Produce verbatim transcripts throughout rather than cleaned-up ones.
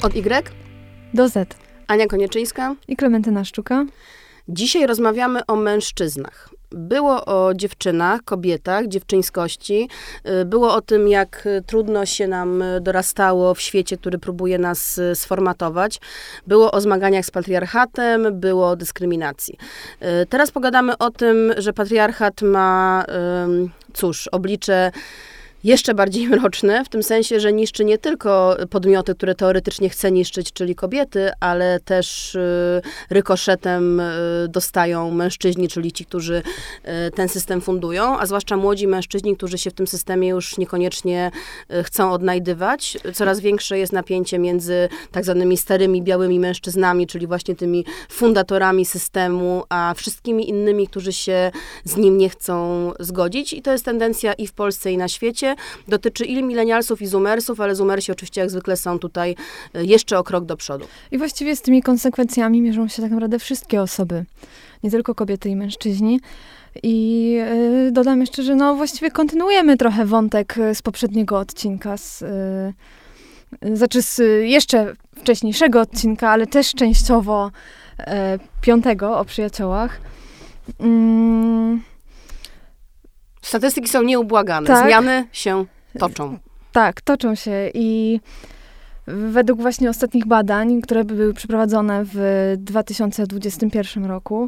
Od Y do Z. Ania Konieczyńska i Klementyna Szczuka. Dzisiaj rozmawiamy o mężczyznach. Było o dziewczynach, kobietach, dziewczyńskości. Było o tym, jak trudno się nam dorastało w świecie, który próbuje nas sformatować. Było o zmaganiach z patriarchatem, było o dyskryminacji. Teraz pogadamy o tym, że patriarchat ma, cóż, oblicze jeszcze bardziej mroczne, w tym sensie, że niszczy nie tylko podmioty, które teoretycznie chce niszczyć, czyli kobiety, ale też y, rykoszetem y, dostają mężczyźni, czyli ci, którzy y, ten system fundują, a zwłaszcza młodzi mężczyźni, którzy się w tym systemie już niekoniecznie y, chcą odnajdywać. Coraz większe jest napięcie między tak zwanymi starymi, białymi mężczyznami, czyli właśnie tymi fundatorami systemu, a wszystkimi innymi, którzy się z nim nie chcą zgodzić. I to jest tendencja i w Polsce, i na świecie. Dotyczy i milenialsów, i zoomersów, ale zoomersi oczywiście jak zwykle są tutaj jeszcze o krok do przodu. I właściwie z tymi konsekwencjami mierzą się tak naprawdę wszystkie osoby, nie tylko kobiety i mężczyźni. I yy, dodam jeszcze, że no właściwie kontynuujemy trochę wątek z poprzedniego odcinka, z, yy, znaczy z jeszcze wcześniejszego odcinka, ale też częściowo yy, piątego o przyjaciołach. Yy. Statystyki są nieubłagane. Tak. Zmiany się toczą. Tak, toczą się i według właśnie ostatnich badań, które były przeprowadzone w dwa tysiące dwudziestym pierwszym roku,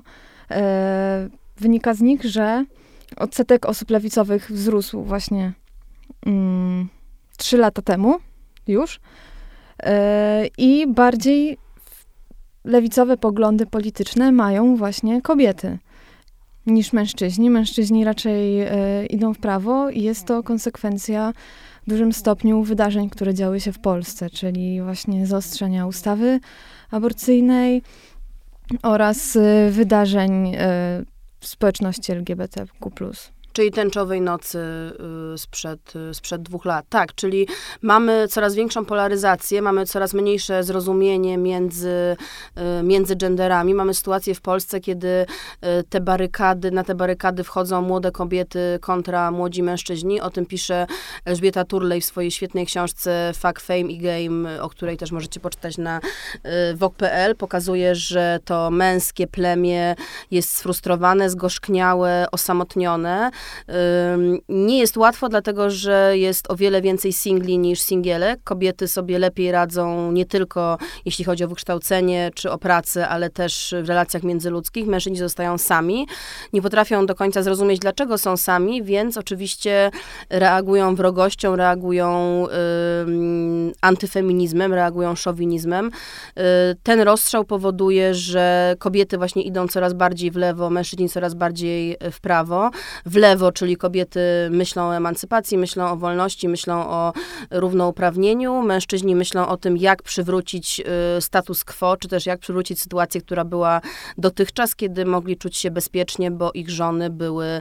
e, wynika z nich, że odsetek osób lewicowych wzrósł właśnie mm, trzy lata temu już e, i bardziej lewicowe poglądy polityczne mają właśnie kobiety niż mężczyźni. Mężczyźni raczej e, idą w prawo i jest to konsekwencja w dużym stopniu wydarzeń, które działy się w Polsce, czyli właśnie zaostrzenia ustawy aborcyjnej oraz e, wydarzeń e, w społeczności L G B T Q plus. Czyli tęczowej nocy y, sprzed, y, sprzed dwóch lat. Tak, czyli mamy coraz większą polaryzację, mamy coraz mniejsze zrozumienie między, y, między genderami. Mamy sytuację w Polsce, kiedy y, te barykady, na te barykady wchodzą młode kobiety kontra młodzi mężczyźni. O tym pisze Elżbieta Turlej w swojej świetnej książce Fuck, Fame i Game, o której też możecie poczytać na y, Vogue kropka p l. Pokazuje, że to męskie plemię jest sfrustrowane, zgorzkniałe, osamotnione. Nie jest łatwo, dlatego że jest o wiele więcej singli niż singielek. Kobiety sobie lepiej radzą nie tylko jeśli chodzi o wykształcenie czy o pracę, ale też w relacjach międzyludzkich. Mężczyźni zostają sami. Nie potrafią do końca zrozumieć, dlaczego są sami, więc oczywiście reagują wrogością, reagują y, antyfeminizmem, reagują szowinizmem. Y, ten rozstrzał powoduje, że kobiety właśnie idą coraz bardziej w lewo, mężczyźni coraz bardziej w prawo. W lewo, czyli kobiety myślą o emancypacji, myślą o wolności, myślą o równouprawnieniu. Mężczyźni myślą o tym, jak przywrócić y, status quo, czy też jak przywrócić sytuację, która była dotychczas, kiedy mogli czuć się bezpiecznie, bo ich żony były y,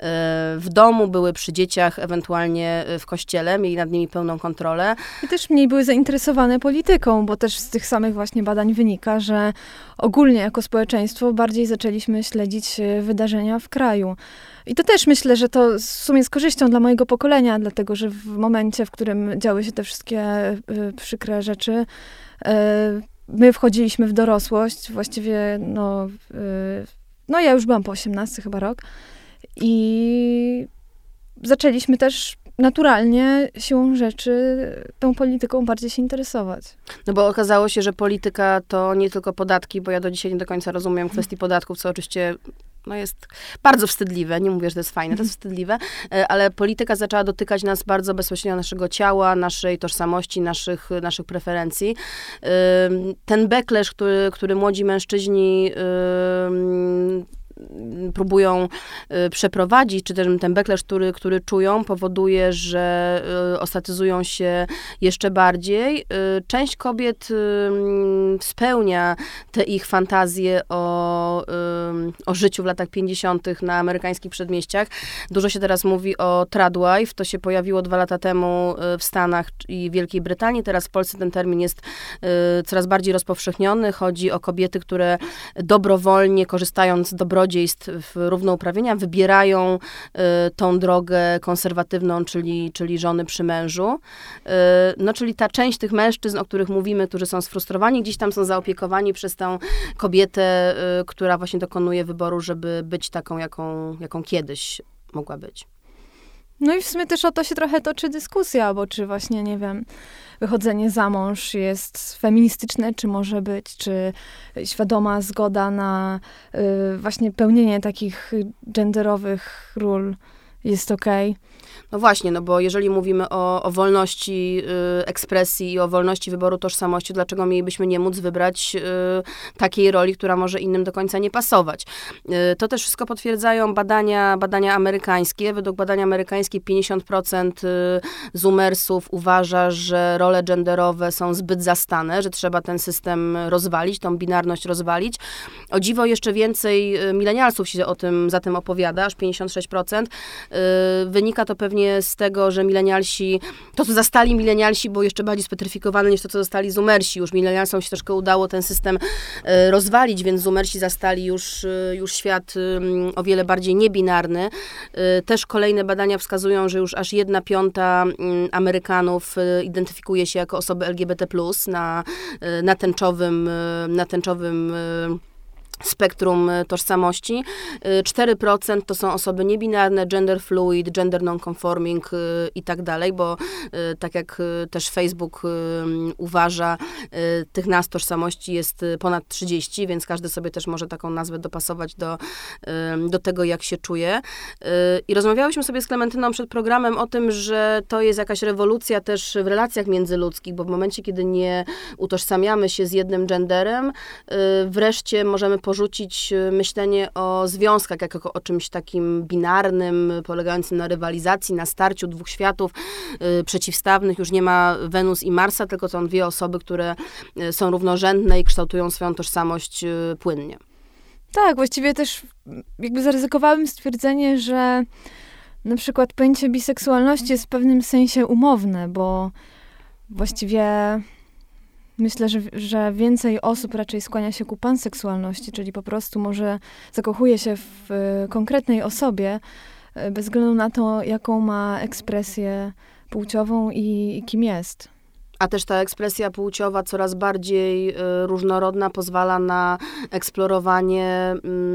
w domu, były przy dzieciach, ewentualnie w kościele, mieli nad nimi pełną kontrolę. I też mniej były zainteresowane polityką, bo też z tych samych właśnie badań wynika, że ogólnie jako społeczeństwo bardziej zaczęliśmy śledzić wydarzenia w kraju. I to też myślę, że to w sumie z korzyścią dla mojego pokolenia, dlatego że w momencie, w którym działy się te wszystkie y, przykre rzeczy, y, my wchodziliśmy w dorosłość, właściwie, no, y, no ja już byłam po osiemnastym chyba rok i zaczęliśmy też naturalnie siłą rzeczy tą polityką bardziej się interesować. No bo okazało się, że polityka to nie tylko podatki, bo ja do dzisiaj nie do końca rozumiem kwestii podatków, co oczywiście no jest bardzo wstydliwe, nie mówię, że to jest fajne, to jest wstydliwe, ale polityka zaczęła dotykać nas bardzo bezpośrednio naszego ciała, naszej tożsamości, naszych, naszych preferencji. Ten backlash, który, który młodzi mężczyźni próbują y, przeprowadzić, czy też ten backlash, który, który czują, powoduje, że y, ostracyzują się jeszcze bardziej. Y, część kobiet y, spełnia te ich fantazje o o życiu w latach pięćdziesiątych na amerykańskich przedmieściach. Dużo się teraz mówi o tradwife. To się pojawiło dwa lata temu w Stanach i Wielkiej Brytanii. Teraz w Polsce ten termin jest coraz bardziej rozpowszechniony. Chodzi o kobiety, które dobrowolnie, korzystając z dobrodziejstw równouprawienia, wybierają tą drogę konserwatywną, czyli, czyli żony przy mężu. No, czyli ta część tych mężczyzn, o których mówimy, którzy są sfrustrowani, gdzieś tam są zaopiekowani przez tę kobietę, która właśnie dokonuje wyboru, żeby być taką, jaką, jaką kiedyś mogła być. No i w sumie też o to się trochę toczy dyskusja, bo czy właśnie, nie wiem, wychodzenie za mąż jest feministyczne, czy może być, czy świadoma zgoda na y, właśnie pełnienie takich genderowych ról jest okej. No właśnie, no bo jeżeli mówimy o, o wolności y, ekspresji i o wolności wyboru tożsamości, dlaczego mielibyśmy nie móc wybrać y, takiej roli, która może innym do końca nie pasować? Y, to też wszystko potwierdzają badania, badania amerykańskie. Według badań amerykańskich pięćdziesiąt procent zoomersów uważa, że role genderowe są zbyt zastane, że trzeba ten system rozwalić, tą binarność rozwalić. O dziwo jeszcze więcej milenialsów się o tym, za tym opowiada, aż pięćdziesiąt sześć procent. Y, wynika to pewnie z tego, że milenialsi, to co zastali milenialsi, było jeszcze bardziej spetryfikowane niż to, co zostali zoomersi. Już milenialsom się troszkę udało ten system y, rozwalić, więc zoomersi zastali już, y, już świat y, o wiele bardziej niebinarny. Y, też kolejne badania wskazują, że już aż jedna piąta y, Amerykanów y, identyfikuje się jako osoby L G B T plus na, y, na tęczowym, y, na tęczowym y, spektrum tożsamości. cztery procent to są osoby niebinarne, gender fluid, gender non-conforming i tak dalej, bo tak jak też Facebook uważa, tych nazw tożsamości jest ponad trzydzieści, więc każdy sobie też może taką nazwę dopasować do, do tego, jak się czuje. I rozmawiałyśmy sobie z Klementyną przed programem o tym, że to jest jakaś rewolucja też w relacjach międzyludzkich, bo w momencie, kiedy nie utożsamiamy się z jednym genderem, wreszcie możemy porzucić myślenie o związkach jako o czymś takim binarnym, polegającym na rywalizacji, na starciu dwóch światów y, przeciwstawnych. Już nie ma Wenus i Marsa, tylko są dwie osoby, które y, są równorzędne i kształtują swoją tożsamość y, płynnie. Tak, właściwie też jakby zaryzykowałabym stwierdzenie, że na przykład pojęcie biseksualności jest w pewnym sensie umowne, bo właściwie myślę, że, że więcej osób raczej skłania się ku panseksualności, czyli po prostu może zakochuje się w y, konkretnej osobie, y, bez względu na to, jaką ma ekspresję płciową i, i kim jest. A też ta ekspresja płciowa coraz bardziej y, różnorodna pozwala na eksplorowanie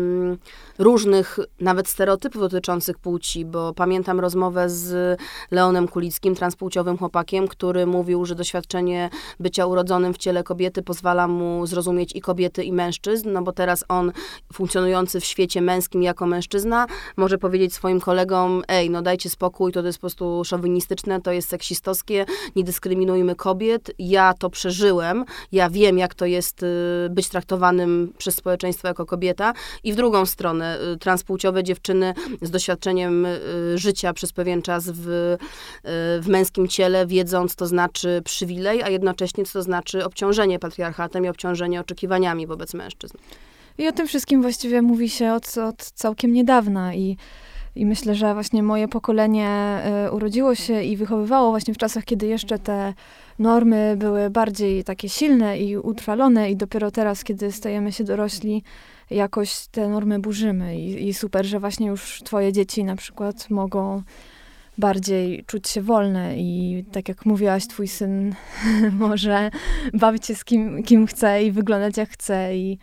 y, różnych nawet stereotypów dotyczących płci, bo pamiętam rozmowę z Leonem Kulickim, transpłciowym chłopakiem, który mówił, że doświadczenie bycia urodzonym w ciele kobiety pozwala mu zrozumieć i kobiety, i mężczyzn, no bo teraz on, funkcjonujący w świecie męskim jako mężczyzna, może powiedzieć swoim kolegom: ej, no dajcie spokój, to jest po prostu szowinistyczne, to jest seksistowskie, nie dyskryminujmy kobiet. Kobiet, ja to przeżyłem, ja wiem, jak to jest y, być traktowanym przez społeczeństwo jako kobieta. I w drugą stronę, y, transpłciowe dziewczyny z doświadczeniem y, życia przez pewien czas w, y, w męskim ciele, wiedząc, to znaczy przywilej, a jednocześnie, co to znaczy obciążenie patriarchatem i obciążenie oczekiwaniami wobec mężczyzn. I o tym wszystkim właściwie mówi się od, od całkiem niedawna i I myślę, że właśnie moje pokolenie y, urodziło się i wychowywało właśnie w czasach, kiedy jeszcze te normy były bardziej takie silne i utrwalone i dopiero teraz, kiedy stajemy się dorośli, jakoś te normy burzymy. I, i super, że właśnie już twoje dzieci na przykład mogą bardziej czuć się wolne i tak jak mówiłaś, twój syn może bawić się z kim, kim chce i wyglądać jak chce i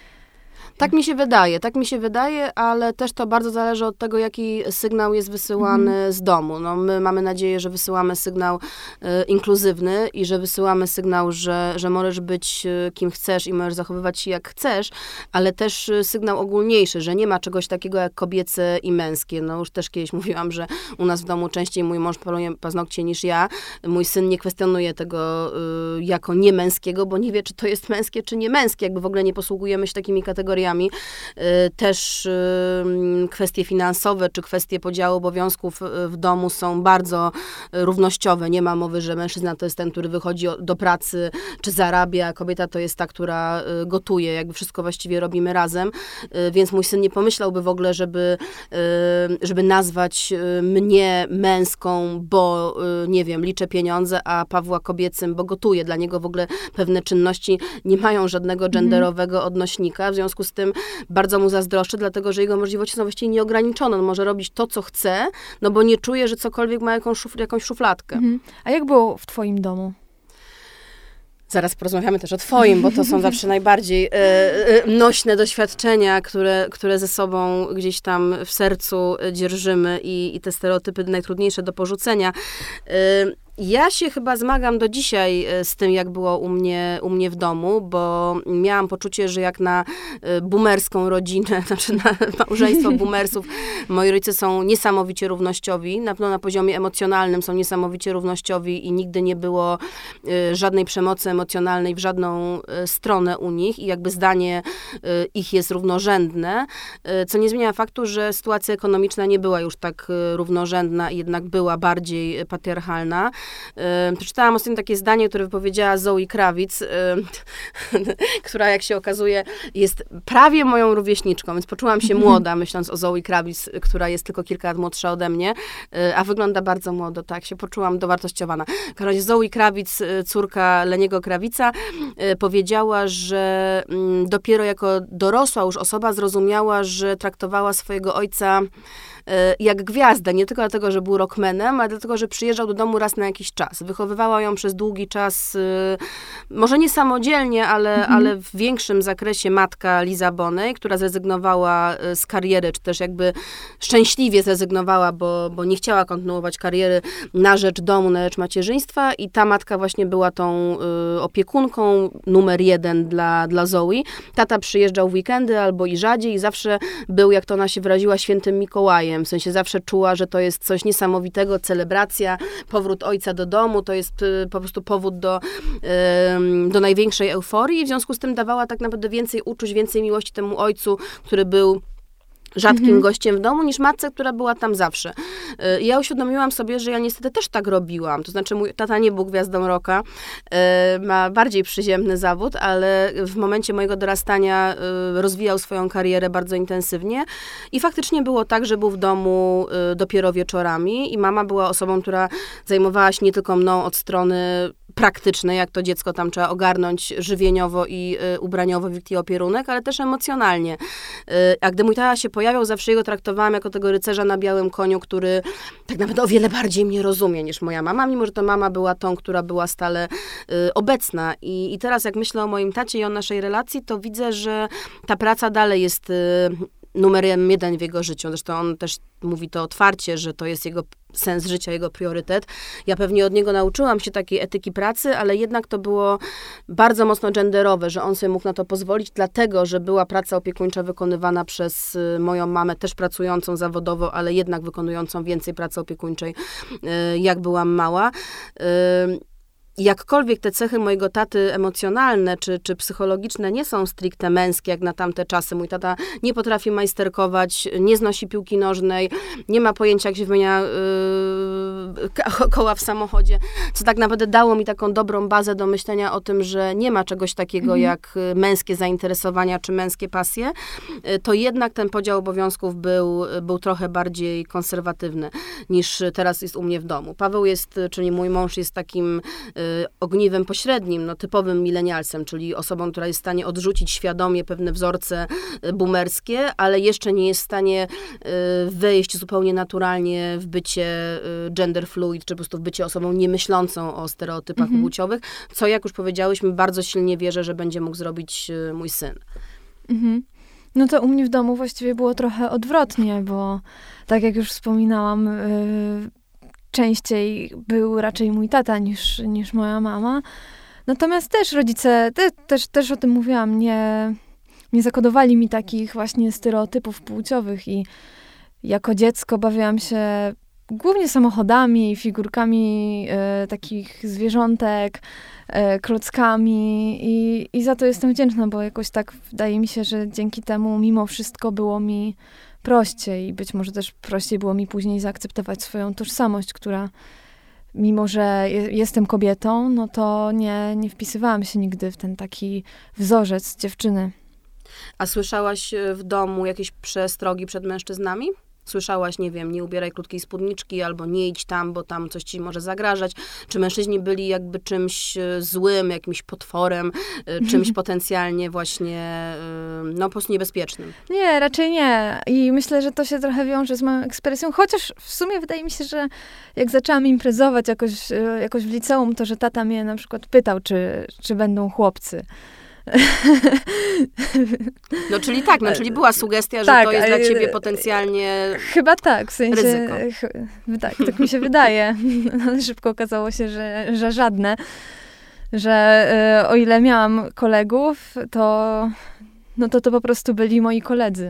Tak mi się wydaje, tak mi się wydaje, ale też to bardzo zależy od tego, jaki sygnał jest wysyłany mhm. z domu. No, my mamy nadzieję, że wysyłamy sygnał y, inkluzywny i że wysyłamy sygnał, że, że możesz być y, kim chcesz i możesz zachowywać się jak chcesz, ale też y, sygnał ogólniejszy, że nie ma czegoś takiego jak kobiece i męskie. No już też kiedyś mówiłam, że u nas w domu częściej mój mąż poluje paznokcie niż ja. Mój syn nie kwestionuje tego y, jako niemęskiego, bo nie wie, czy to jest męskie, czy nie męskie. Jakby w ogóle nie posługujemy się takimi kategoriami generatoriami. Też kwestie finansowe, czy kwestie podziału obowiązków w domu są bardzo równościowe. Nie ma mowy, że mężczyzna to jest ten, który wychodzi do pracy, czy zarabia, a kobieta to jest ta, która gotuje. Jakby wszystko właściwie robimy razem. Więc mój syn nie pomyślałby w ogóle, żeby, żeby nazwać mnie męską, bo nie wiem, liczę pieniądze, a Pawła kobiecym, bo gotuje. Dla niego w ogóle pewne czynności nie mają żadnego genderowego mm. odnośnika. W związku z tym bardzo mu zazdroszczę, dlatego że jego możliwości są właściwie nieograniczone. On może robić to, co chce, no bo nie czuje, że cokolwiek ma jakąś, szuf- jakąś szufladkę. Mm. A jak było w twoim domu? Zaraz porozmawiamy też o twoim, bo to są zawsze najbardziej e, e, nośne doświadczenia, które, które ze sobą gdzieś tam w sercu dzierżymy i, i te stereotypy najtrudniejsze do porzucenia. E, Ja się chyba zmagam do dzisiaj z tym, jak było u mnie, u mnie w domu, bo miałam poczucie, że jak na boomerską rodzinę, znaczy na małżeństwo boomersów, moi rodzice są niesamowicie równościowi, na pewno na poziomie emocjonalnym są niesamowicie równościowi i nigdy nie było żadnej przemocy emocjonalnej w żadną stronę u nich i jakby zdanie ich jest równorzędne, co nie zmienia faktu, że sytuacja ekonomiczna nie była już tak równorzędna i jednak była bardziej patriarchalna. Yy, przeczytałam ostatnio takie zdanie, które wypowiedziała Zoe Kravitz, yy, która, jak się okazuje, jest prawie moją rówieśniczką, więc poczułam się młoda, myśląc o Zoe Kravitz, która jest tylko kilka lat młodsza ode mnie, yy, a wygląda bardzo młodo, tak, się poczułam dowartościowana. W każdym razie Zoe Kravitz, córka Leniego Krawica, yy, powiedziała, że yy, dopiero jako dorosła już osoba zrozumiała, że traktowała swojego ojca jak gwiazdę, nie tylko dlatego, że był rockmanem, ale dlatego, że przyjeżdżał do domu raz na jakiś czas. Wychowywała ją przez długi czas, może nie samodzielnie, ale, mhm. ale w większym zakresie matka Liza Bonet, która zrezygnowała z kariery, czy też jakby szczęśliwie zrezygnowała, bo, bo nie chciała kontynuować kariery na rzecz domu, na rzecz macierzyństwa i ta matka właśnie była tą y, opiekunką numer jeden dla, dla Zoe. Tata przyjeżdżał w weekendy albo i rzadziej i zawsze był, jak to ona się wyraziła, świętym Mikołajem. W sensie zawsze czuła, że to jest coś niesamowitego, celebracja, powrót ojca do domu, to jest y, po prostu powód do, y, do największej euforii i w związku z tym dawała tak naprawdę więcej uczuć, więcej miłości temu ojcu, który był rzadkim mhm. gościem w domu, niż matce, która była tam zawsze. I ja uświadomiłam sobie, że ja niestety też tak robiłam. To znaczy mój tata nie był gwiazdą rocka, ma bardziej przyziemny zawód, ale w momencie mojego dorastania rozwijał swoją karierę bardzo intensywnie i faktycznie było tak, że był w domu dopiero wieczorami i mama była osobą, która zajmowała się nie tylko mną od strony praktyczne, jak to dziecko tam trzeba ogarnąć żywieniowo i y, ubraniowo, i opierunek, ale też emocjonalnie. Y, a gdy mój tata się pojawiał, zawsze jego traktowałam jako tego rycerza na białym koniu, który tak naprawdę o wiele bardziej mnie rozumie niż moja mama, mimo że to mama była tą, która była stale y, obecna. I, I teraz jak myślę o moim tacie i o naszej relacji, to widzę, że ta praca dalej jest y, numerem jeden w jego życiu. Zresztą on też mówi to otwarcie, że to jest jego sens życia, jego priorytet. Ja pewnie od niego nauczyłam się takiej etyki pracy, ale jednak to było bardzo mocno genderowe, że on sobie mógł na to pozwolić, dlatego, że była praca opiekuńcza wykonywana przez moją mamę, też pracującą zawodowo, ale jednak wykonującą więcej pracy opiekuńczej, jak byłam mała. Jakkolwiek te cechy mojego taty emocjonalne czy, czy psychologiczne nie są stricte męskie, jak na tamte czasy. Mój tata nie potrafi majsterkować, nie znosi piłki nożnej, nie ma pojęcia, jak się wymienia yy, koła w samochodzie, co tak naprawdę dało mi taką dobrą bazę do myślenia o tym, że nie ma czegoś takiego mhm. jak męskie zainteresowania czy męskie pasje, to jednak ten podział obowiązków był, był trochę bardziej konserwatywny niż teraz jest u mnie w domu. Paweł jest, czyli mój mąż jest takim ogniwem pośrednim, no, typowym milenialsem, czyli osobą, która jest w stanie odrzucić świadomie pewne wzorce boomerskie, ale jeszcze nie jest w stanie wejść zupełnie naturalnie w bycie gender fluid, czy po prostu w bycie osobą niemyślącą o stereotypach mhm. płciowych, co jak już powiedziałyśmy, bardzo silnie wierzę, że będzie mógł zrobić mój syn. Mhm. No to u mnie w domu właściwie było trochę odwrotnie, bo tak jak już wspominałam, yy... częściej był raczej mój tata niż, niż moja mama. Natomiast też rodzice, te, też, też o tym mówiłam, nie, nie zakodowali mi takich właśnie stereotypów płciowych i jako dziecko bawiłam się głównie samochodami, figurkami e, takich zwierzątek, e, klockami i, i za to jestem wdzięczna, bo jakoś tak wydaje mi się, że dzięki temu mimo wszystko było mi prościej i być może też prościej było mi później zaakceptować swoją tożsamość, która mimo, że je, jestem kobietą, no to nie, nie wpisywałam się nigdy w ten taki wzorzec dziewczyny. A słyszałaś w domu jakieś przestrogi przed mężczyznami? Słyszałaś, nie wiem, nie ubieraj krótkiej spódniczki, albo nie idź tam, bo tam coś ci może zagrażać. Czy mężczyźni byli jakby czymś złym, jakimś potworem, czymś potencjalnie właśnie, no po prostu niebezpiecznym? Nie, raczej nie. I myślę, że to się trochę wiąże z moją ekspresją, chociaż w sumie wydaje mi się, że jak zaczęłam imprezować jakoś, jakoś w liceum, to że tata mnie na przykład pytał, czy, czy będą chłopcy. No czyli tak, no czyli była sugestia, że tak, to jest dla ciebie potencjalnie chyba tak, w sensie, ryzyko. Ch- tak, tak mi się wydaje, ale szybko okazało się, że, że żadne, że y, o ile miałam kolegów, to no to to po prostu byli moi koledzy.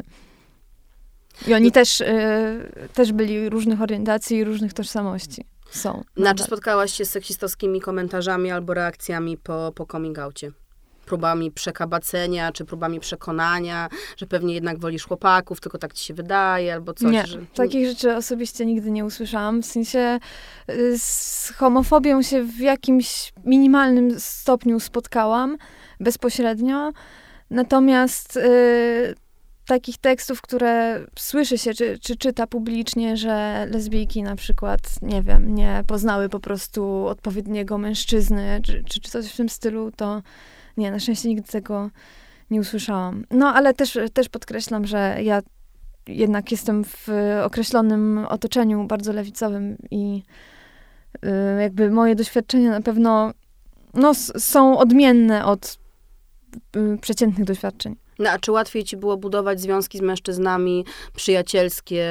I oni I... też, y, też byli różnych orientacji i różnych tożsamości. Są. Na czy spotkałaś się z seksistowskimi komentarzami albo reakcjami po, po coming outie? Próbami przekabacenia, czy próbami przekonania, że pewnie jednak wolisz chłopaków, tylko tak ci się wydaje, albo coś. Nie, że... takich rzeczy osobiście nigdy nie usłyszałam. W sensie z homofobią się w jakimś minimalnym stopniu spotkałam bezpośrednio, natomiast y, takich tekstów, które słyszy się, czy, czy czyta publicznie, że lesbijki na przykład, nie wiem, nie poznały po prostu odpowiedniego mężczyzny, czy, czy, czy coś w tym stylu, to nie, na szczęście nigdy tego nie usłyszałam. No, ale też, też podkreślam, że ja jednak jestem w określonym otoczeniu bardzo lewicowym i y, jakby moje doświadczenia na pewno no, s- są odmienne od y, przeciętnych doświadczeń. No, a czy łatwiej ci było budować związki z mężczyznami przyjacielskie,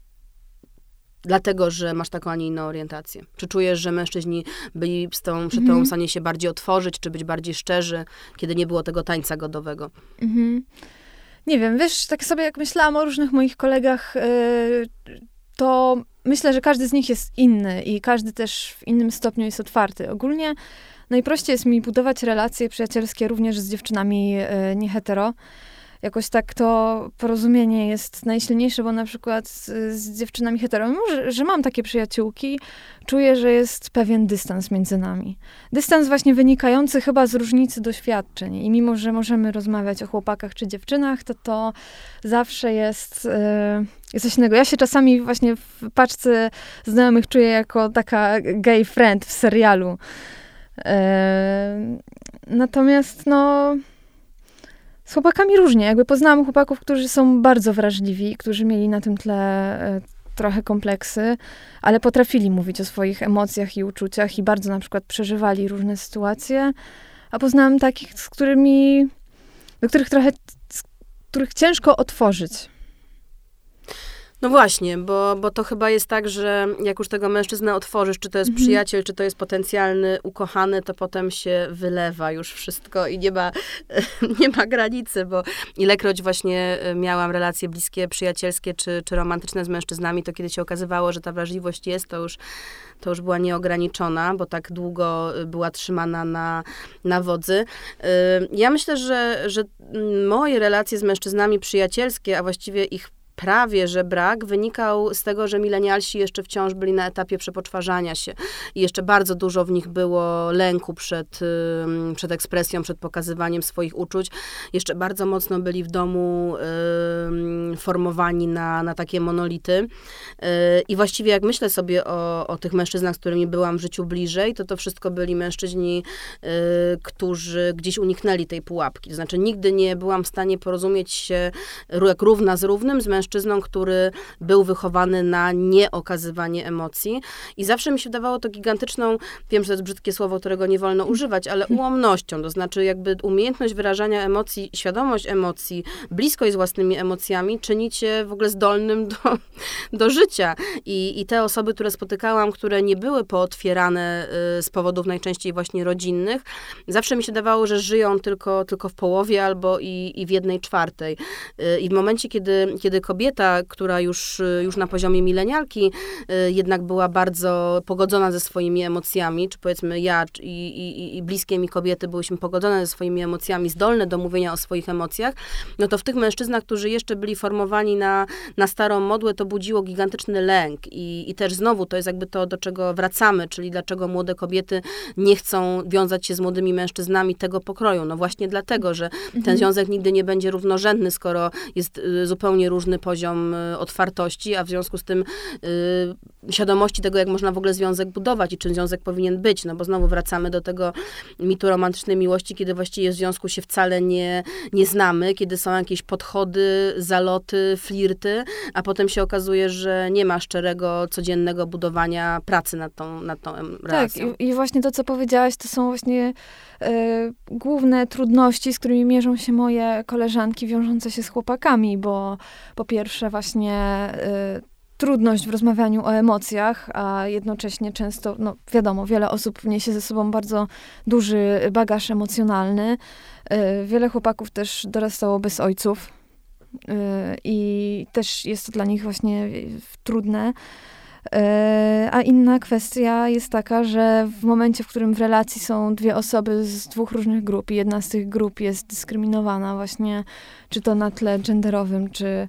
dlatego, że masz taką, a nie inną orientację? Czy czujesz, że mężczyźni byli z tą, przed tobą w stanie się bardziej otworzyć, czy być bardziej szczerzy, kiedy nie było tego tańca godowego? Mhm. Nie wiem, wiesz, tak sobie jak myślałam o różnych moich kolegach, yy, to myślę, że każdy z nich jest inny i każdy też w innym stopniu jest otwarty. Ogólnie najprościej jest mi budować relacje przyjacielskie również z dziewczynami yy, niehetero. Jakoś tak to porozumienie jest najsilniejsze, bo na przykład z, z dziewczynami hetero, mimo że, że mam takie przyjaciółki, czuję, że jest pewien dystans między nami. Dystans właśnie wynikający chyba z różnicy doświadczeń. I mimo, że możemy rozmawiać o chłopakach czy dziewczynach, to to zawsze jest, yy, jest coś innego. Ja się czasami właśnie w paczce znajomych czuję jako taka gay friend w serialu. Yy, natomiast no... Z chłopakami różnie. Jakby poznałam chłopaków, którzy są bardzo wrażliwi, którzy mieli na tym tle e, trochę kompleksy, ale potrafili mówić o swoich emocjach i uczuciach i bardzo na przykład przeżywali różne sytuacje. A poznałam takich, z którymi, do których trochę, z których ciężko otworzyć. No właśnie, bo, bo to chyba jest tak, że jak już tego mężczyznę otworzysz, czy to jest mhm. przyjaciel, czy to jest potencjalny ukochany, to potem się wylewa już wszystko i nie ma, nie ma granicy, bo ilekroć właśnie miałam relacje bliskie, przyjacielskie, czy, czy romantyczne z mężczyznami, to kiedy się okazywało, że ta wrażliwość jest, to już, to już była nieograniczona, bo tak długo była trzymana na, na wodzy. Ja myślę, że, że moje relacje z mężczyznami przyjacielskie, a właściwie ich prawie, że brak, wynikał z tego, że milenialsi jeszcze wciąż byli na etapie przepoczwarzania się. I jeszcze bardzo dużo w nich było lęku przed, przed ekspresją, przed pokazywaniem swoich uczuć. Jeszcze bardzo mocno byli w domu y, formowani na, na takie monolity. Y, I właściwie jak myślę sobie o, o tych mężczyznach, z którymi byłam w życiu bliżej, to to wszystko byli mężczyźni, y, którzy gdzieś uniknęli tej pułapki. To znaczy nigdy nie byłam w stanie porozumieć się jak równa z równym z mężczyzną, który był wychowany na nieokazywanie emocji. I zawsze mi się wydawało to gigantyczną, wiem, że to jest brzydkie słowo, którego nie wolno używać, ale ułomnością. To znaczy jakby umiejętność wyrażania emocji, świadomość emocji, bliskość z własnymi emocjami czynicie w ogóle zdolnym do, do życia. I, I te osoby, które spotykałam, które nie były pootwierane z powodów najczęściej właśnie rodzinnych, zawsze mi się dawało, że żyją tylko, tylko w połowie albo i, i w jednej czwartej. I w momencie, kiedy, kiedy kobieta, która już, już na poziomie milenialki jednak była bardzo pogodzona ze swoimi emocjami, czy powiedzmy ja i, i, i bliskie mi kobiety byłyśmy pogodzone ze swoimi emocjami, zdolne do mówienia o swoich emocjach, no to w tych mężczyznach, którzy jeszcze byli formowani na, na starą modłę, to budziło gigantyczny lęk. I, I też znowu to jest jakby to, do czego wracamy, czyli dlaczego młode kobiety nie chcą wiązać się z młodymi mężczyznami tego pokroju. No właśnie dlatego, że mhm. ten związek nigdy nie będzie równorzędny, skoro jest y, zupełnie różny poziom y, otwartości, a w związku z tym y, świadomości tego, jak można w ogóle związek budować i czym związek powinien być. No bo znowu wracamy do tego mitu romantycznej miłości, kiedy właściwie w związku się wcale nie, nie znamy, kiedy są jakieś podchody, zaloty, flirty, a potem się okazuje, że nie ma szczerego, codziennego budowania pracy nad tą, nad tą relacją. Tak, i, i właśnie to, co powiedziałaś, to są właśnie e, główne trudności, z którymi mierzą się moje koleżanki wiążące się z chłopakami, bo po pierwsze właśnie e, trudność w rozmawianiu o emocjach, a jednocześnie często, no wiadomo, wiele osób niesie ze sobą bardzo duży bagaż emocjonalny. E, wiele chłopaków też dorastało bez ojców e, i też jest to dla nich właśnie trudne. A inna kwestia jest taka, że w momencie, w którym w relacji są dwie osoby z dwóch różnych grup i jedna z tych grup jest dyskryminowana właśnie, czy to na tle genderowym, czy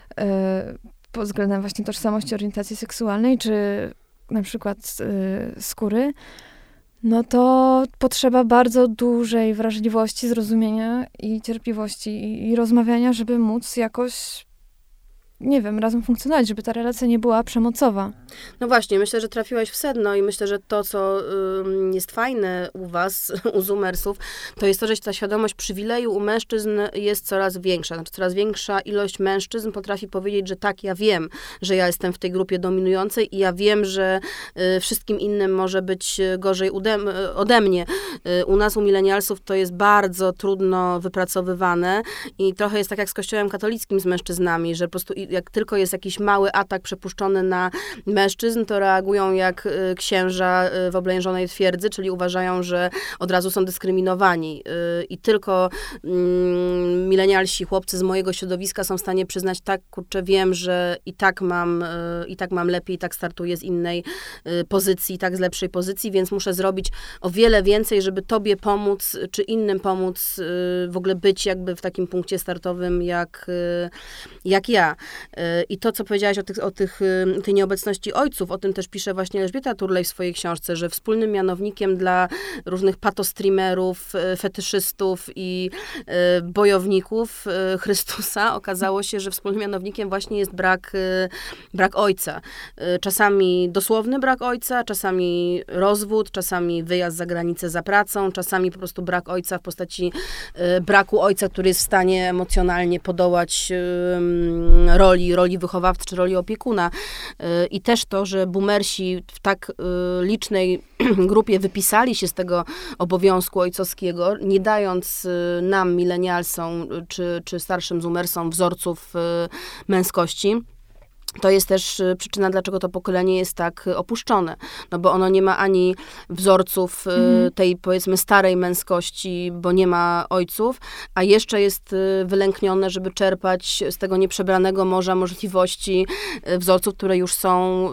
pod względem właśnie tożsamości, orientacji seksualnej, czy na przykład skóry, no to potrzeba bardzo dużej wrażliwości, zrozumienia i cierpliwości i, i rozmawiania, żeby móc jakoś, nie wiem, razem funkcjonować, żeby ta relacja nie była przemocowa. No właśnie, myślę, że trafiłaś w sedno i myślę, że to, co y, jest fajne u was, u Zoomersów, to jest to, że ta świadomość przywileju u mężczyzn jest coraz większa. Znaczy coraz większa ilość mężczyzn potrafi powiedzieć, że tak, ja wiem, że ja jestem w tej grupie dominującej i ja wiem, że y, wszystkim innym może być gorzej ude, ode mnie. Y, u nas, u milenialsów, to jest bardzo trudno wypracowywane i trochę jest tak jak z Kościołem katolickim z mężczyznami, że po prostu jak tylko jest jakiś mały atak przepuszczony na mężczyzn, to reagują jak y, księża y, w oblężonej twierdzy, czyli uważają, że od razu są dyskryminowani. Y, I tylko y, milenialsi, chłopcy z mojego środowiska są w stanie przyznać, tak, kurczę, wiem, że i tak mam, y, i tak mam lepiej, i tak startuję z innej y, pozycji, i tak z lepszej pozycji, więc muszę zrobić o wiele więcej, żeby tobie pomóc, czy innym pomóc y, w ogóle być jakby w takim punkcie startowym, jak, y, jak ja. I to, co powiedziałaś o, tych, o tych, tej nieobecności ojców, o tym też pisze właśnie Elżbieta Turlej w swojej książce, że wspólnym mianownikiem dla różnych patostreamerów, fetyszystów i bojowników Chrystusa okazało się, że wspólnym mianownikiem właśnie jest brak, brak ojca. Czasami dosłowny brak ojca, czasami rozwód, czasami wyjazd za granicę za pracą, czasami po prostu brak ojca w postaci braku ojca, który jest w stanie emocjonalnie podołać roli, roli wychowawcy czy roli opiekuna. I też to, że boomersi w tak licznej grupie wypisali się z tego obowiązku ojcowskiego, nie dając nam, milenialsom czy, czy starszym zoomersom wzorców męskości. To jest też przyczyna, dlaczego to pokolenie jest tak opuszczone. No bo ono nie ma ani wzorców mm. tej, powiedzmy, starej męskości, bo nie ma ojców, a jeszcze jest wylęknione, żeby czerpać z tego nieprzebranego morza możliwości wzorców, które już są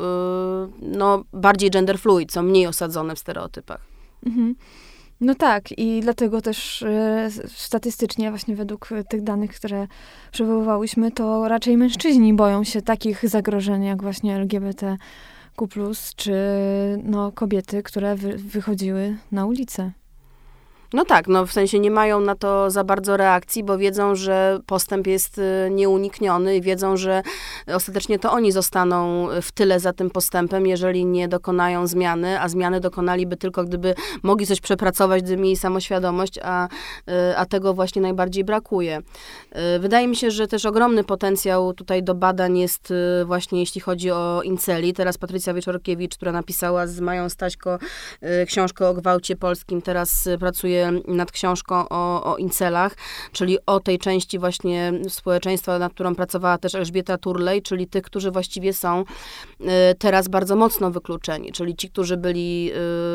no, bardziej gender fluid, są mniej osadzone w stereotypach. Mhm. No tak, i dlatego też e, statystycznie, właśnie według tych danych, które przywoływałyśmy, to raczej mężczyźni boją się takich zagrożeń, jak właśnie L G B T Q plus, czy no, kobiety, które wy, wychodziły na ulicę. No tak, no w sensie nie mają na to za bardzo reakcji, bo wiedzą, że postęp jest nieunikniony i wiedzą, że ostatecznie to oni zostaną w tyle za tym postępem, jeżeli nie dokonają zmiany, a zmiany dokonaliby tylko, gdyby mogli coś przepracować, gdyby mieli samoświadomość, a, a tego właśnie najbardziej brakuje. Wydaje mi się, że też ogromny potencjał tutaj do badań jest właśnie jeśli chodzi o inceli. Teraz Patrycja Wieczorkiewicz, która napisała z Mają Staśko książkę o gwałcie polskim, teraz pracuje pracuję nad książką o, o incelach, czyli o tej części właśnie społeczeństwa, nad którą pracowała też Elżbieta Turley, czyli tych, którzy właściwie są teraz bardzo mocno wykluczeni, czyli ci, którzy byli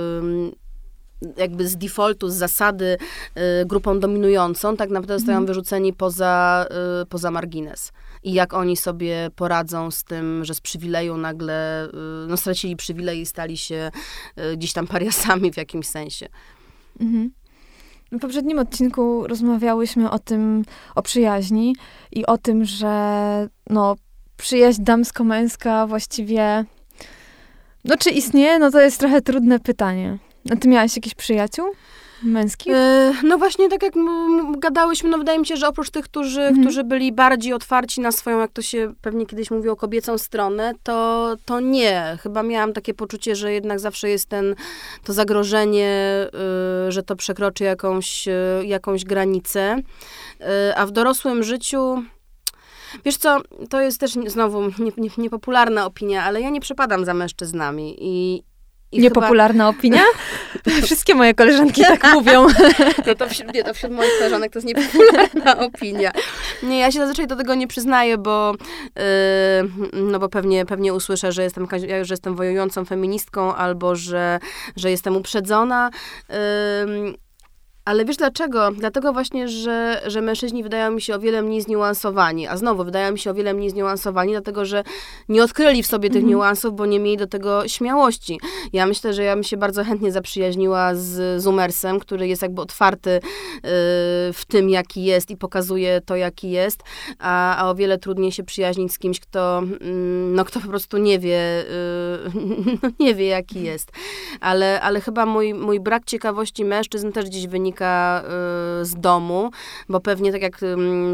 jakby z defaultu, z zasady y, grupą dominującą, tak naprawdę zostają mm. wyrzuceni poza, y, poza margines. I jak oni sobie poradzą z tym, że z przywileju nagle, y, no stracili przywilej i stali się y, gdzieś tam pariasami w jakimś sensie. Mhm. W poprzednim odcinku rozmawiałyśmy o tym, o przyjaźni i o tym, że no, przyjaźń damsko-męska właściwie, no czy istnieje? No to jest trochę trudne pytanie. A ty miałaś jakichś przyjaciół męskich? Yy, no właśnie, tak jak m- gadałyśmy, no wydaje mi się, że oprócz tych, którzy, mhm. którzy byli bardziej otwarci na swoją, jak to się pewnie kiedyś mówiło, kobiecą stronę, to, to nie. Chyba miałam takie poczucie, że jednak zawsze jest ten, to zagrożenie, yy, że to przekroczy jakąś, yy, jakąś granicę. Yy, a w dorosłym życiu... Wiesz co, to jest też znowu nie, nie, niepopularna opinia, ale ja nie przepadam za mężczyznami i I Niepopularna chyba... opinia? Wszystkie moje koleżanki tak mówią. No to wśród, nie, to wśród moich koleżanek to jest niepopularna opinia. Nie, ja się zazwyczaj do tego nie przyznaję, bo, yy, no bo pewnie, pewnie usłyszę, że jestem, że jestem wojującą feministką albo że, że jestem uprzedzona. Yy, Ale wiesz dlaczego? Dlatego właśnie, że, że mężczyźni wydają mi się o wiele mniej zniuansowani. A znowu, wydają mi się o wiele mniej zniuansowani, dlatego, że nie odkryli w sobie tych mm-hmm. niuansów, bo nie mieli do tego śmiałości. Ja myślę, że ja bym się bardzo chętnie zaprzyjaźniła z Zumersem, który jest jakby otwarty yy, w tym, jaki jest i pokazuje to, jaki jest, a, a o wiele trudniej się przyjaźnić z kimś, kto, yy, no, kto po prostu nie wie, yy, no, nie wie, jaki jest. Ale, ale chyba mój, mój brak ciekawości mężczyzn też gdzieś wynika z domu, bo pewnie tak jak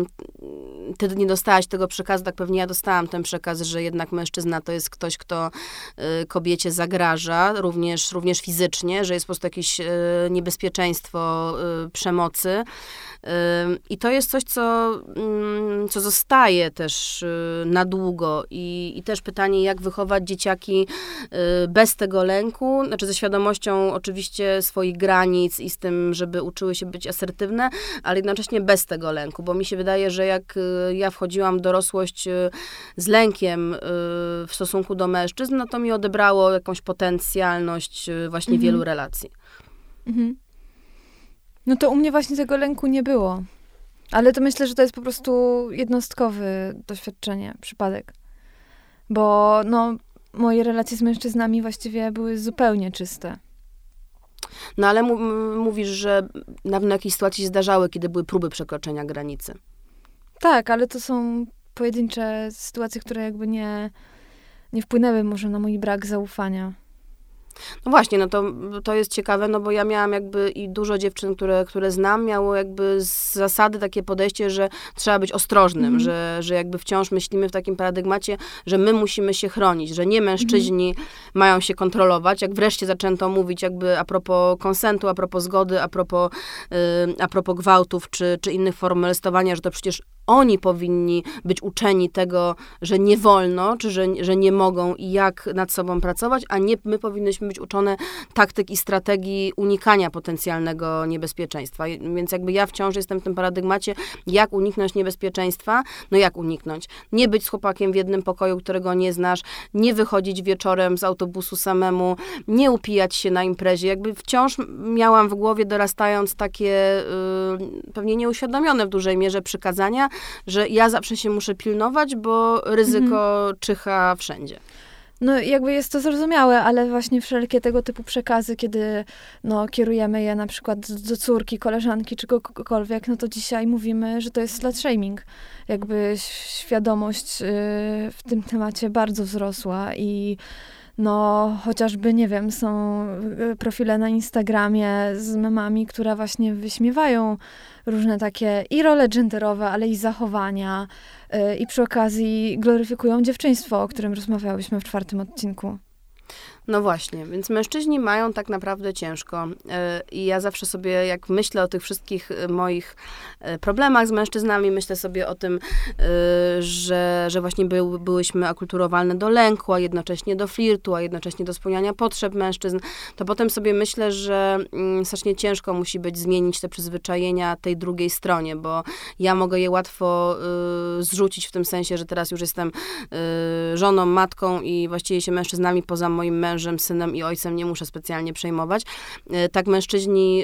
ty nie dostałaś tego przekazu, tak pewnie ja dostałam ten przekaz, że jednak mężczyzna to jest ktoś, kto kobiecie zagraża, również, również fizycznie, że jest po prostu jakieś niebezpieczeństwo przemocy. I to jest coś, co, co zostaje też na długo i, i też pytanie, jak wychować dzieciaki bez tego lęku, znaczy ze świadomością oczywiście swoich granic i z tym, żeby uczyły się być asertywne, ale jednocześnie bez tego lęku, bo mi się wydaje, że jak ja wchodziłam w dorosłość z lękiem w stosunku do mężczyzn, no to mi odebrało jakąś potencjalność właśnie mhm. wielu relacji. Mhm. No to u mnie właśnie tego lęku nie było. Ale to myślę, że to jest po prostu jednostkowe doświadczenie, przypadek. Bo no, moje relacje z mężczyznami właściwie były zupełnie czyste. No ale m- mówisz, że na pewno jakieś sytuacje się zdarzały, kiedy były próby przekroczenia granicy. Tak, ale to są pojedyncze sytuacje, które jakby nie, nie wpłynęły może na mój brak zaufania. No właśnie, no to, to jest ciekawe, no bo ja miałam jakby i dużo dziewczyn, które, które znam, miało jakby z zasady takie podejście, że trzeba być ostrożnym, mm. że, że jakby wciąż myślimy w takim paradygmacie, że my musimy się chronić, że nie mężczyźni mm. mają się kontrolować. Jak wreszcie zaczęto mówić jakby a propos konsentu, a propos zgody, a propos, yy, a propos gwałtów czy, czy innych form molestowania, że to przecież oni powinni być uczeni tego, że nie wolno, czy że, że nie mogą i jak nad sobą pracować, a nie my powinnyśmy być uczone taktyk i strategii unikania potencjalnego niebezpieczeństwa. Więc jakby ja wciąż jestem w tym paradygmacie, jak uniknąć niebezpieczeństwa. No jak uniknąć? Nie być z chłopakiem w jednym pokoju, którego nie znasz, nie wychodzić wieczorem z autobusu samemu, nie upijać się na imprezie. Jakby wciąż miałam w głowie, dorastając, takie yy, pewnie nieuświadomione w dużej mierze przykazania, że ja zawsze się muszę pilnować, bo ryzyko mhm. czyha wszędzie. No jakby jest to zrozumiałe, ale właśnie wszelkie tego typu przekazy, kiedy no, kierujemy je na przykład do córki, koleżanki czy kogokolwiek, no to dzisiaj mówimy, że to jest slut shaming. Jakby świadomość yy, w tym temacie bardzo wzrosła i no chociażby, nie wiem, są profile na Instagramie z memami, które właśnie wyśmiewają różne takie i role genderowe, ale i zachowania yy, i przy okazji gloryfikują dziewczyństwo, o którym rozmawiałyśmy w czwartym odcinku. No właśnie, więc mężczyźni mają tak naprawdę ciężko. I ja zawsze sobie, jak myślę o tych wszystkich moich problemach z mężczyznami, myślę sobie o tym, że, że właśnie był, byłyśmy akulturowane do lęku, a jednocześnie do flirtu, a jednocześnie do spełniania potrzeb mężczyzn, to potem sobie myślę, że strasznie ciężko musi być zmienić te przyzwyczajenia tej drugiej stronie, bo ja mogę je łatwo zrzucić w tym sensie, że teraz już jestem żoną, matką i właściwie się mężczyznami poza moim mężem, synem i ojcem nie muszę specjalnie przejmować. Tak mężczyźni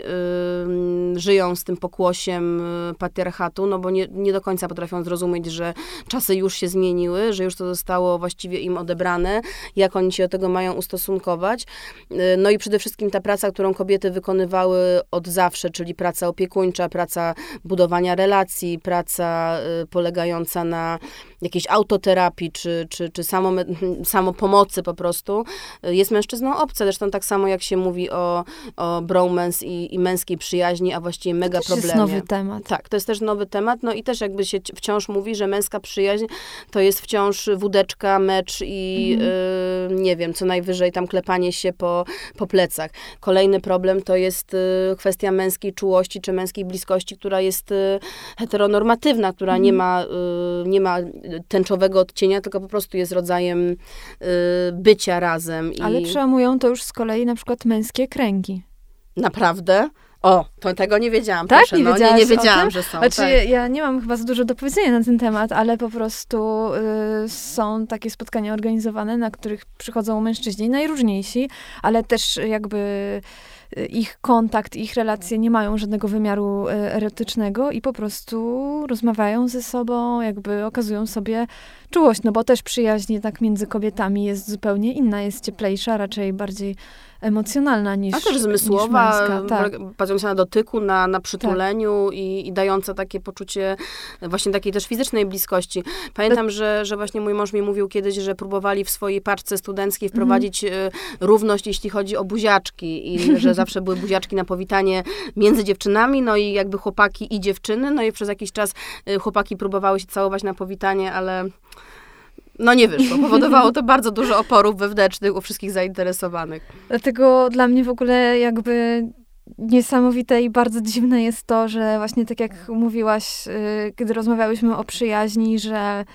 y, żyją z tym pokłosiem patriarchatu, no bo nie, nie do końca potrafią zrozumieć, że czasy już się zmieniły, że już to zostało właściwie im odebrane, jak oni się do tego mają ustosunkować. Y, no i przede wszystkim ta praca, którą kobiety wykonywały od zawsze, czyli praca opiekuńcza, praca budowania relacji, praca y, polegająca na jakiejś autoterapii, czy, czy, czy samo, samopomocy po prostu, jest mężczyzną obce. Zresztą tak samo jak się mówi o, o bromance i, i męskiej przyjaźni, a właściwie mega to problemie. To jest nowy temat. Tak, to jest też nowy temat. No i też jakby się wciąż mówi, że męska przyjaźń to jest wciąż wódeczka, mecz i mhm. y, nie wiem, co najwyżej tam klepanie się po, po plecach. Kolejny problem to jest y, kwestia męskiej czułości, czy męskiej bliskości, która jest y, heteronormatywna, która mhm. nie ma, y, nie ma tęczowego odcienia, tylko po prostu jest rodzajem y, bycia razem. I... Ale przełamują to już z kolei na przykład męskie kręgi. Naprawdę? O, to tego nie wiedziałam. Tak? Proszę, Nie, no, nie, nie wiedziałam, że są. Znaczy, tak. ja, ja nie mam chyba za dużo do powiedzenia na ten temat, ale po prostu y, są takie spotkania organizowane, na których przychodzą mężczyźni najróżniejsi, ale też jakby ich kontakt, ich relacje nie mają żadnego wymiaru erotycznego i po prostu rozmawiają ze sobą, jakby okazują sobie czułość, no bo też przyjaźń jednak między kobietami jest zupełnie inna, jest cieplejsza, raczej bardziej emocjonalna niż męska. A też zmysłowa, niż męska, tak. bazująca na dotyku, na, na przytuleniu tak. i, i dająca takie poczucie właśnie takiej też fizycznej bliskości. Pamiętam, to... że, że właśnie mój mąż mi mówił kiedyś, że próbowali w swojej paczce studenckiej wprowadzić mm. równość, jeśli chodzi o buziaczki i że zawsze były buziaczki na powitanie między dziewczynami, no i jakby chłopaki i dziewczyny, no i przez jakiś czas chłopaki próbowały się całować na powitanie, ale no nie wyszło. Powodowało to bardzo dużo oporów wewnętrznych u wszystkich zainteresowanych. Dlatego dla mnie w ogóle jakby niesamowite i bardzo dziwne jest to, że właśnie tak jak mówiłaś, yy, kiedy rozmawiałyśmy o przyjaźni, że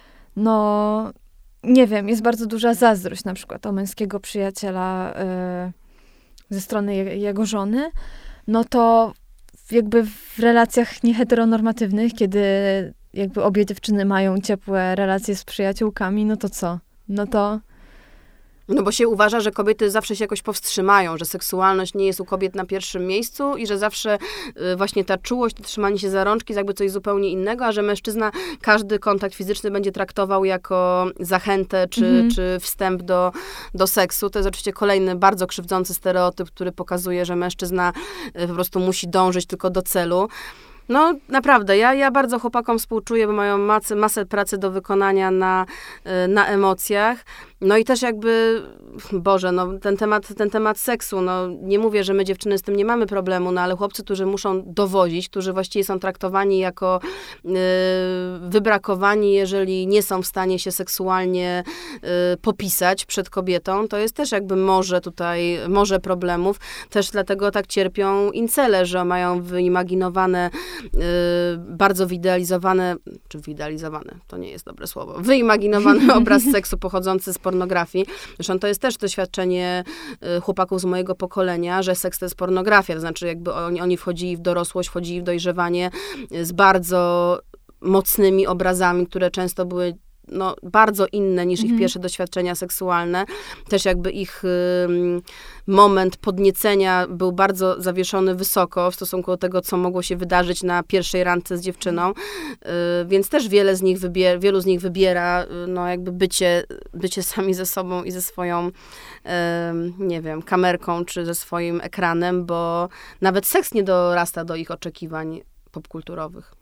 no nie wiem, jest bardzo duża zazdrość na przykład o męskiego przyjaciela yy, ze strony je, jego żony, no to jakby w relacjach nieheteronormatywnych, kiedy jakby obie dziewczyny mają ciepłe relacje z przyjaciółkami, no to co? No to... No bo się uważa, że kobiety zawsze się jakoś powstrzymają, że seksualność nie jest u kobiet na pierwszym miejscu i że zawsze y, właśnie ta czułość, to trzymanie się za rączki jest jakby coś zupełnie innego, a że mężczyzna każdy kontakt fizyczny będzie traktował jako zachętę czy, mhm. czy wstęp do, do seksu. To jest oczywiście kolejny bardzo krzywdzący stereotyp, który pokazuje, że mężczyzna y, po prostu musi dążyć tylko do celu. No naprawdę, ja, ja bardzo chłopakom współczuję, bo mają masę, masę pracy do wykonania na, na emocjach. No i też jakby, Boże, no ten temat, ten temat seksu, no nie mówię, że my dziewczyny z tym nie mamy problemu, no ale chłopcy, którzy muszą dowozić, którzy właściwie są traktowani jako y, wybrakowani, jeżeli nie są w stanie się seksualnie y, popisać przed kobietą, to jest też jakby morze tutaj, morze problemów. Też dlatego tak cierpią incele, że mają wyimaginowane, y, bardzo wyidealizowane, czy wyidealizowane, to nie jest dobre słowo, wyimaginowany obraz seksu pochodzący z pornografii. Zresztą to jest też doświadczenie chłopaków z mojego pokolenia, że seks to jest pornografia. To znaczy jakby oni, oni wchodzili w dorosłość, wchodzili w dojrzewanie z bardzo mocnymi obrazami, które często były no, bardzo inne niż ich mhm. pierwsze doświadczenia seksualne. Też jakby ich y, moment podniecenia był bardzo zawieszony wysoko w stosunku do tego, co mogło się wydarzyć na pierwszej randce z dziewczyną. Y, więc też wiele z nich wybiera, wielu z nich wybiera y, no, jakby bycie, bycie sami ze sobą i ze swoją, y, nie wiem, kamerką, czy ze swoim ekranem, bo nawet seks nie dorasta do ich oczekiwań popkulturowych.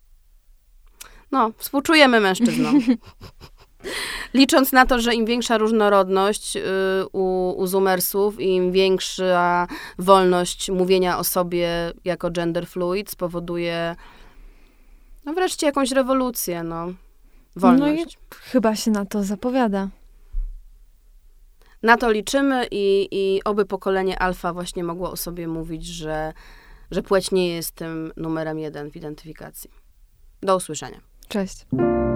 No, współczujemy mężczyznom. Licząc na to, że im większa różnorodność y, u, u zoomersów i im większa wolność mówienia o sobie jako gender fluid spowoduje no wreszcie jakąś rewolucję, no. Wolność. No i chyba się na to zapowiada. Na to liczymy i, i oby pokolenie alfa właśnie mogło o sobie mówić, że, że płeć nie jest tym numerem jeden w identyfikacji. Do usłyszenia. Cześć.